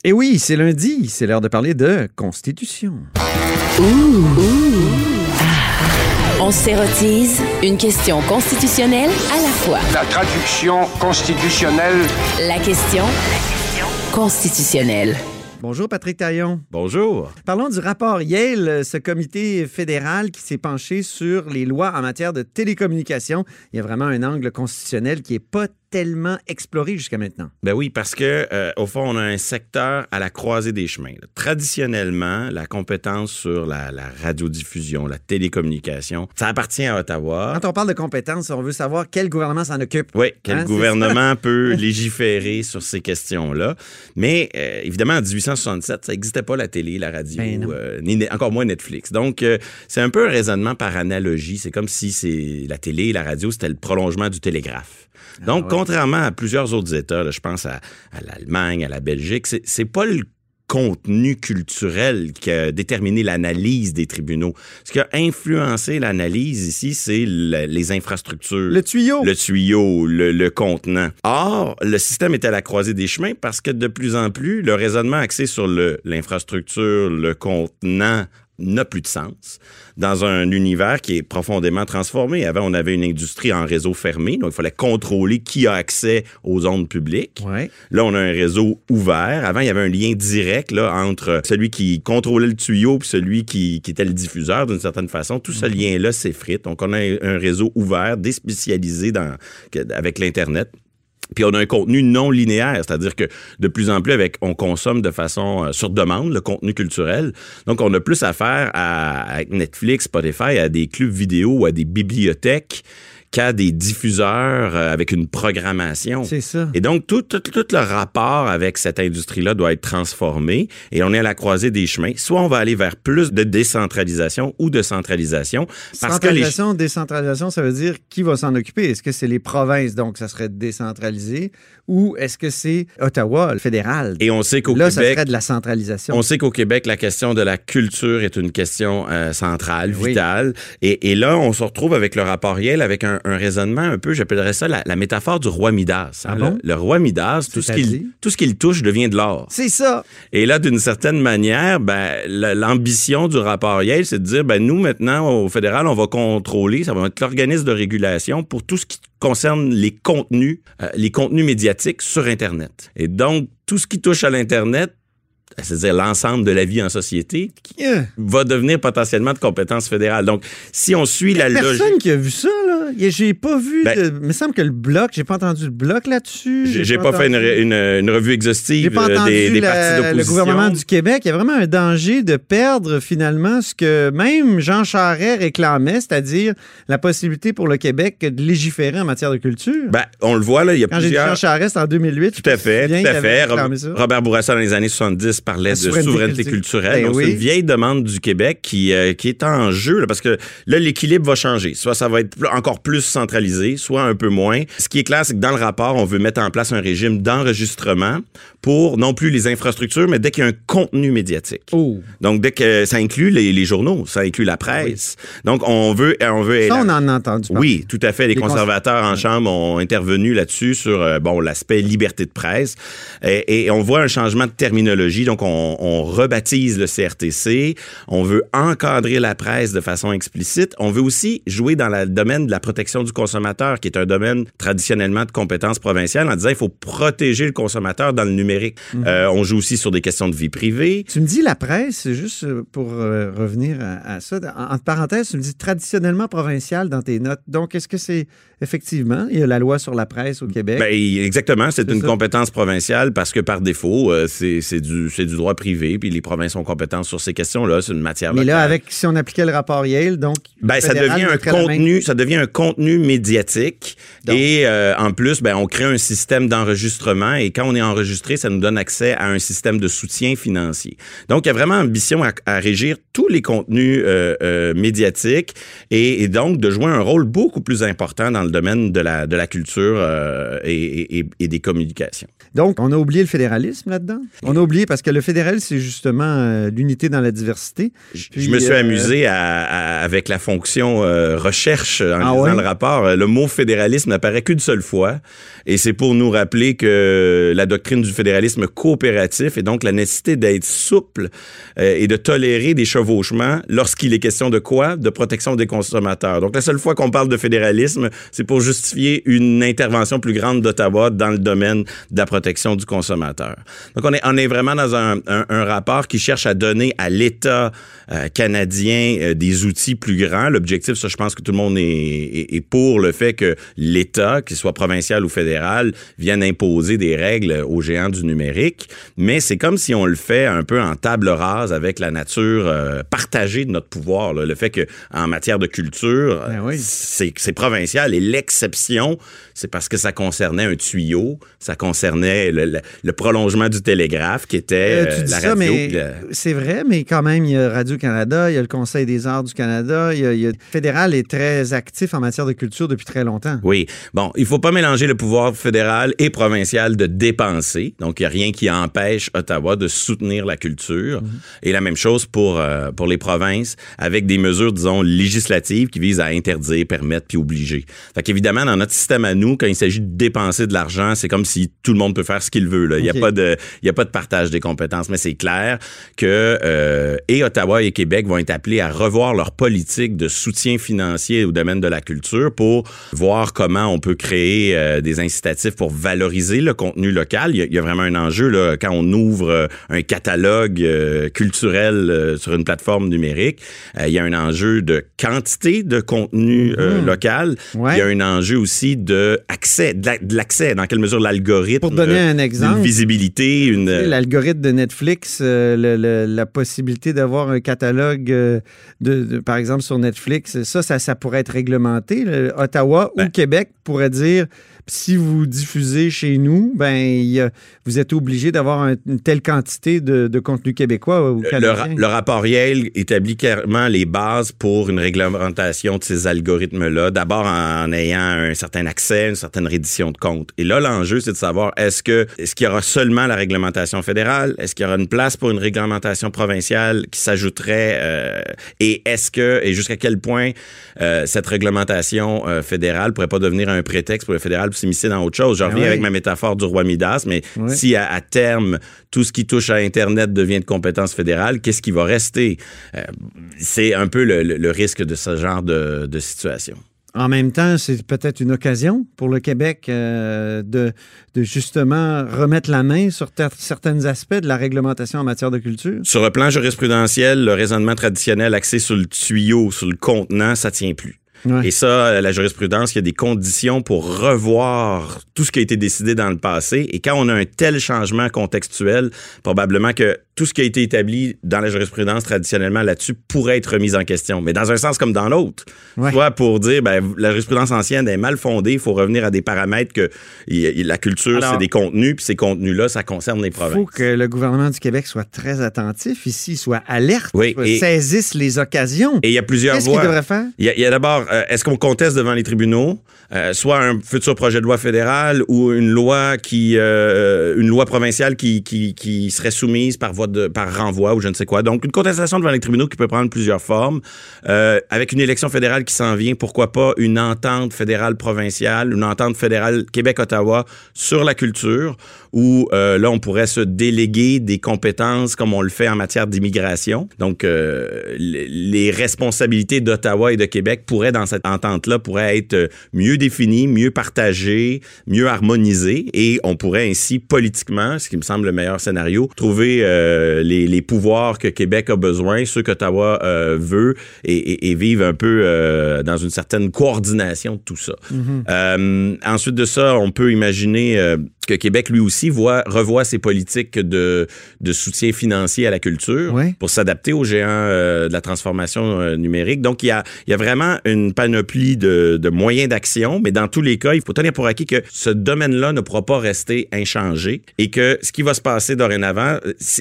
Et oui, c'est lundi, c'est l'heure de parler de Constitution. On s'érotise une question constitutionnelle à la fois. La traduction constitutionnelle. La question constitutionnelle. Bonjour Patrick Taillon. Bonjour. Parlons du rapport Yale, ce comité fédéral qui s'est penché sur les lois en matière de télécommunications. Il y a vraiment un angle constitutionnel qui n'est pas tellement exploré jusqu'à maintenant. Ben oui, parce que au fond, on a un secteur à la croisée des chemins. Là. Traditionnellement, la compétence sur la radiodiffusion, la télécommunication, ça appartient à Ottawa. Quand on parle de compétences, on veut savoir quel gouvernement s'en occupe. Oui, quel gouvernement peut légiférer sur ces questions-là. Mais évidemment, en 1867, ça n'existait pas la télé, la radio, encore moins Netflix. Donc, c'est un peu un raisonnement par analogie. C'est comme si la télé et la radio, c'était le prolongement du télégraphe. Donc, contrairement à plusieurs autres États, là, je pense à l'Allemagne, à la Belgique, c'est pas le contenu culturel qui a déterminé l'analyse des tribunaux. Ce qui a influencé l'analyse ici, c'est les infrastructures. Le tuyau. Le tuyau, le contenant. Or, le système est à la croisée des chemins parce que de plus en plus, le raisonnement axé sur l'infrastructure, le contenant, n'a plus de sens dans un univers qui est profondément transformé. Avant, on avait une industrie en réseau fermé, donc il fallait contrôler qui a accès aux ondes publiques. Ouais. Là, on a un réseau ouvert. Avant, il y avait un lien direct là, entre celui qui contrôlait le tuyau et celui qui était le diffuseur, d'une certaine façon. Tout ce lien-là s'effrite. Donc, on a un réseau ouvert, déspécialisé avec l'Internet. Puis on a un contenu non linéaire, c'est-à-dire que de plus en plus, on consomme de façon sur demande le contenu culturel. Donc, on a plus affaire avec Netflix, Spotify, à des clubs vidéo ou à des bibliothèques qu'à des diffuseurs avec une programmation. C'est ça. Et donc, tout le rapport avec cette industrie-là doit être transformé et on est à la croisée des chemins. Soit on va aller vers plus de décentralisation ou de centralisation. Centralisation, décentralisation, ça veut dire qui va s'en occuper? Est-ce que c'est les provinces, donc ça serait décentralisé, ou est-ce que c'est Ottawa, le fédéral? Et on sait qu'au Québec... ça serait de la centralisation. On sait qu'au Québec, la question de la culture est une question centrale, vitale. Et là, on se retrouve avec le rapport Yale, avec un raisonnement un peu, j'appellerais ça la métaphore du roi Midas. Ah bon? Le roi Midas, tout ce qu'il touche devient de l'or. C'est ça! Et là, d'une certaine manière, l'ambition du rapport Yale, c'est de dire, nous, maintenant, au fédéral, on va contrôler, ça va être l'organisme de régulation pour tout ce qui concerne les contenus médiatiques sur Internet. Et donc, tout ce qui touche à l'Internet, c'est-à-dire l'ensemble de la vie en société, va devenir potentiellement de compétence fédérale. Donc, si on suit la logique... Personne qui a vu ça, là. J'ai pas vu... Il me semble que le Bloc, j'ai pas entendu le Bloc là-dessus. J'ai pas fait une revue exhaustive des partis d'opposition. Le gouvernement du Québec, il y a vraiment un danger de perdre finalement ce que même Jean Charest réclamait, c'est-à-dire la possibilité pour le Québec de légiférer en matière de culture. On le voit, là, il y a plusieurs... Quand j'ai dit Jean Charest en 2008... Tout à fait. Robert Bourassa, dans les années 70, parlait de souveraineté culturelle. Donc, c'est une vieille demande du Québec qui est en jeu, là, parce que là, l'équilibre va changer. Soit ça va être encore plus centralisé, soit un peu moins. Ce qui est clair, c'est que dans le rapport, on veut mettre en place un régime d'enregistrement pour non plus les infrastructures, mais dès qu'il y a un contenu médiatique. Donc, dès que ça inclut les journaux, ça inclut la presse. Donc, on veut... Ça, on en a entendu parler. Oui, tout à fait. Les conservateurs en Chambre ont intervenu là-dessus sur l'aspect liberté de presse. Et on voit un changement de terminologie. Donc, on rebaptise le CRTC. On veut encadrer la presse de façon explicite. On veut aussi jouer dans le domaine de la protection du consommateur, qui est un domaine traditionnellement de compétence provinciale, en disant qu'il faut protéger le consommateur dans le numérique. On joue aussi sur des questions de vie privée. Tu me dis la presse, juste pour revenir à ça, entre parenthèses, tu me dis traditionnellement provincial dans tes notes. Donc, est-ce que c'est effectivement, il y a la loi sur la presse au Québec? Exactement, c'est une compétence provinciale parce que par défaut, c'est du droit privé, puis les provinces ont compétence sur ces questions-là, c'est une matière locale. Mais là, si on appliquait le rapport Yale, donc... ça devient un contenu médiatique. Donc. Et en plus, on crée un système d'enregistrement et quand on est enregistré, ça nous donne accès à un système de soutien financier. Donc, il y a vraiment ambition à régir tous les contenus médiatiques et donc de jouer un rôle beaucoup plus important dans le domaine de la culture et des communications. Donc, on a oublié le fédéralisme là-dedans. On a oublié parce que le fédéralisme, c'est justement l'unité dans la diversité. Je me suis amusé avec la fonction recherche en lisant le rapport. Le mot fédéralisme n'apparaît qu'une seule fois et c'est pour nous rappeler que la doctrine du fédéralisme coopératif et donc la nécessité d'être souple et de tolérer des chevauchements lorsqu'il est question de quoi? De protection des consommateurs. Donc, la seule fois qu'on parle de fédéralisme, c'est pour justifier une intervention plus grande d'Ottawa dans le domaine de la protection du consommateur. Donc, on est vraiment dans un rapport qui cherche à donner à l'État canadien des outils plus grands. L'objectif, ça, je pense que tout le monde est pour le fait que l'État, qu'il soit provincial ou fédéral, vienne imposer des règles aux géants du numérique. Mais c'est comme si on le fait un peu en table rase avec la nature partagée de notre pouvoir. Là. Le fait qu'en matière de culture, c'est provincial et l'exception, c'est parce que ça concernait un tuyau, ça concernait le prolongement du télégraphe qui était la radio. Mais c'est vrai, mais quand même, il y a Radio-Canada, il y a le Conseil des arts du Canada, le fédéral est très actif en matière de culture depuis très longtemps. Oui. Bon, il ne faut pas mélanger le pouvoir fédéral et provincial de dépenser. Donc, il n'y a rien qui empêche Ottawa de soutenir la culture. Et la même chose pour les provinces, avec des mesures, disons, législatives qui visent à interdire, permettre puis obliger. Fait qu'évidemment, dans notre système à nous, quand il s'agit de dépenser de l'argent, c'est comme si tout le monde peut faire ce qu'il veut. Là. Il n'y a pas de partage des compétences, mais c'est clair que et Ottawa et Québec vont être appelés à revoir leur politique de soutien financier au domaine de la culture pour voir comment on peut créer des incitatifs pour valoriser le contenu local. Il y a vraiment un enjeu là, quand on ouvre un catalogue culturel sur une plateforme numérique. Il y a un enjeu de quantité de contenu local. Ouais. Il y a un enjeu aussi de l'accès. Dans quelle mesure l'algorithme... Pour donner un exemple, une visibilité, l'algorithme de Netflix, la possibilité d'avoir un catalogue, par exemple, sur Netflix, ça pourrait être réglementé. Ottawa ou Québec pourrait dire... Si vous diffusez chez nous, vous êtes obligé d'avoir une telle quantité de contenu québécois ou canadien. Le rapport Yale établit clairement les bases pour une réglementation de ces algorithmes-là. D'abord en ayant un certain accès, une certaine reddition de comptes. Et là, l'enjeu, c'est de savoir est-ce qu'il y aura seulement la réglementation fédérale? Est-ce qu'il y aura une place pour une réglementation provinciale qui s'ajouterait? Et jusqu'à quel point cette réglementation fédérale pourrait pas devenir un prétexte pour le fédéral pour s'immiscer dans autre chose. Je reviens avec ma métaphore du roi Midas, mais si à terme, tout ce qui touche à Internet devient de compétence fédérale, qu'est-ce qui va rester? C'est un peu le risque de ce genre de situation. En même temps, c'est peut-être une occasion pour le Québec de justement remettre la main sur certains aspects de la réglementation en matière de culture. Sur le plan jurisprudentiel, le raisonnement traditionnel axé sur le tuyau, sur le contenant, ça tient plus. Ouais. Et ça, la jurisprudence, il y a des conditions pour revoir tout ce qui a été décidé dans le passé. Et quand on a un tel changement contextuel, probablement que tout ce qui a été établi dans la jurisprudence traditionnellement là-dessus pourrait être remis en question. Mais dans un sens comme dans l'autre. Ouais. Soit pour dire, la jurisprudence ancienne est mal fondée, il faut revenir à des paramètres que la culture, c'est des contenus, puis ces contenus-là, ça concerne les provinces. Il faut que le gouvernement du Québec soit très attentif ici, soit alerte, saisisse les occasions. Et il y a plusieurs voies. Qu'est-ce qu'il devrait faire? Il y a d'abord, est-ce qu'on conteste devant les tribunaux, soit un futur projet de loi fédéral ou une loi provinciale qui serait soumise par renvoi ou je ne sais quoi. Donc, une contestation devant les tribunaux qui peut prendre plusieurs formes. Avec une élection fédérale qui s'en vient, pourquoi pas une entente fédérale provinciale, une entente fédérale Québec-Ottawa sur la culture, où là, on pourrait se déléguer des compétences comme on le fait en matière d'immigration. Donc, les responsabilités d'Ottawa et de Québec dans cette entente-là, pourraient être mieux définies, mieux partagées, mieux harmonisées, et on pourrait ainsi, politiquement, ce qui me semble le meilleur scénario, trouver les pouvoirs que Québec a besoin, ceux qu'Ottawa veut, et vivre un peu dans une certaine coordination de tout ça. Mm-hmm. Ensuite de ça, on peut imaginer que Québec, lui aussi, revoit ses politiques de soutien financier à la culture pour s'adapter aux géants de la transformation numérique. Donc, il y a vraiment une panoplie de moyens d'action, mais dans tous les cas, il faut tenir pour acquis que ce domaine-là ne pourra pas rester inchangé et que ce qui va se passer dorénavant,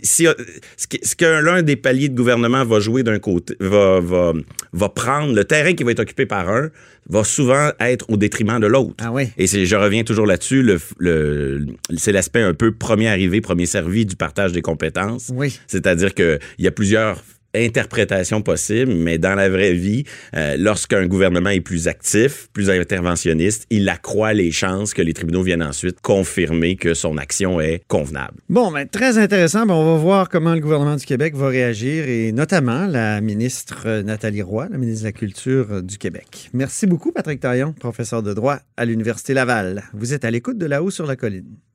ce que l'un des paliers de gouvernement va jouer d'un côté, va prendre le terrain qui va être occupé par un, va souvent être au détriment de l'autre. Ah oui. Et je reviens toujours là-dessus, c'est l'aspect un peu premier arrivé, premier servi du partage des compétences. Oui. C'est-à-dire qu'il y a plusieurs interprétation possible, mais dans la vraie vie, lorsqu'un gouvernement est plus actif, plus interventionniste, il accroît les chances que les tribunaux viennent ensuite confirmer que son action est convenable. Bon, ben, très intéressant. Ben, on va voir comment le gouvernement du Québec va réagir et notamment la ministre Nathalie Roy, la ministre de la Culture du Québec. Merci beaucoup, Patrick Taillon, professeur de droit à l'Université Laval. Vous êtes à l'écoute de Là-haut sur la colline.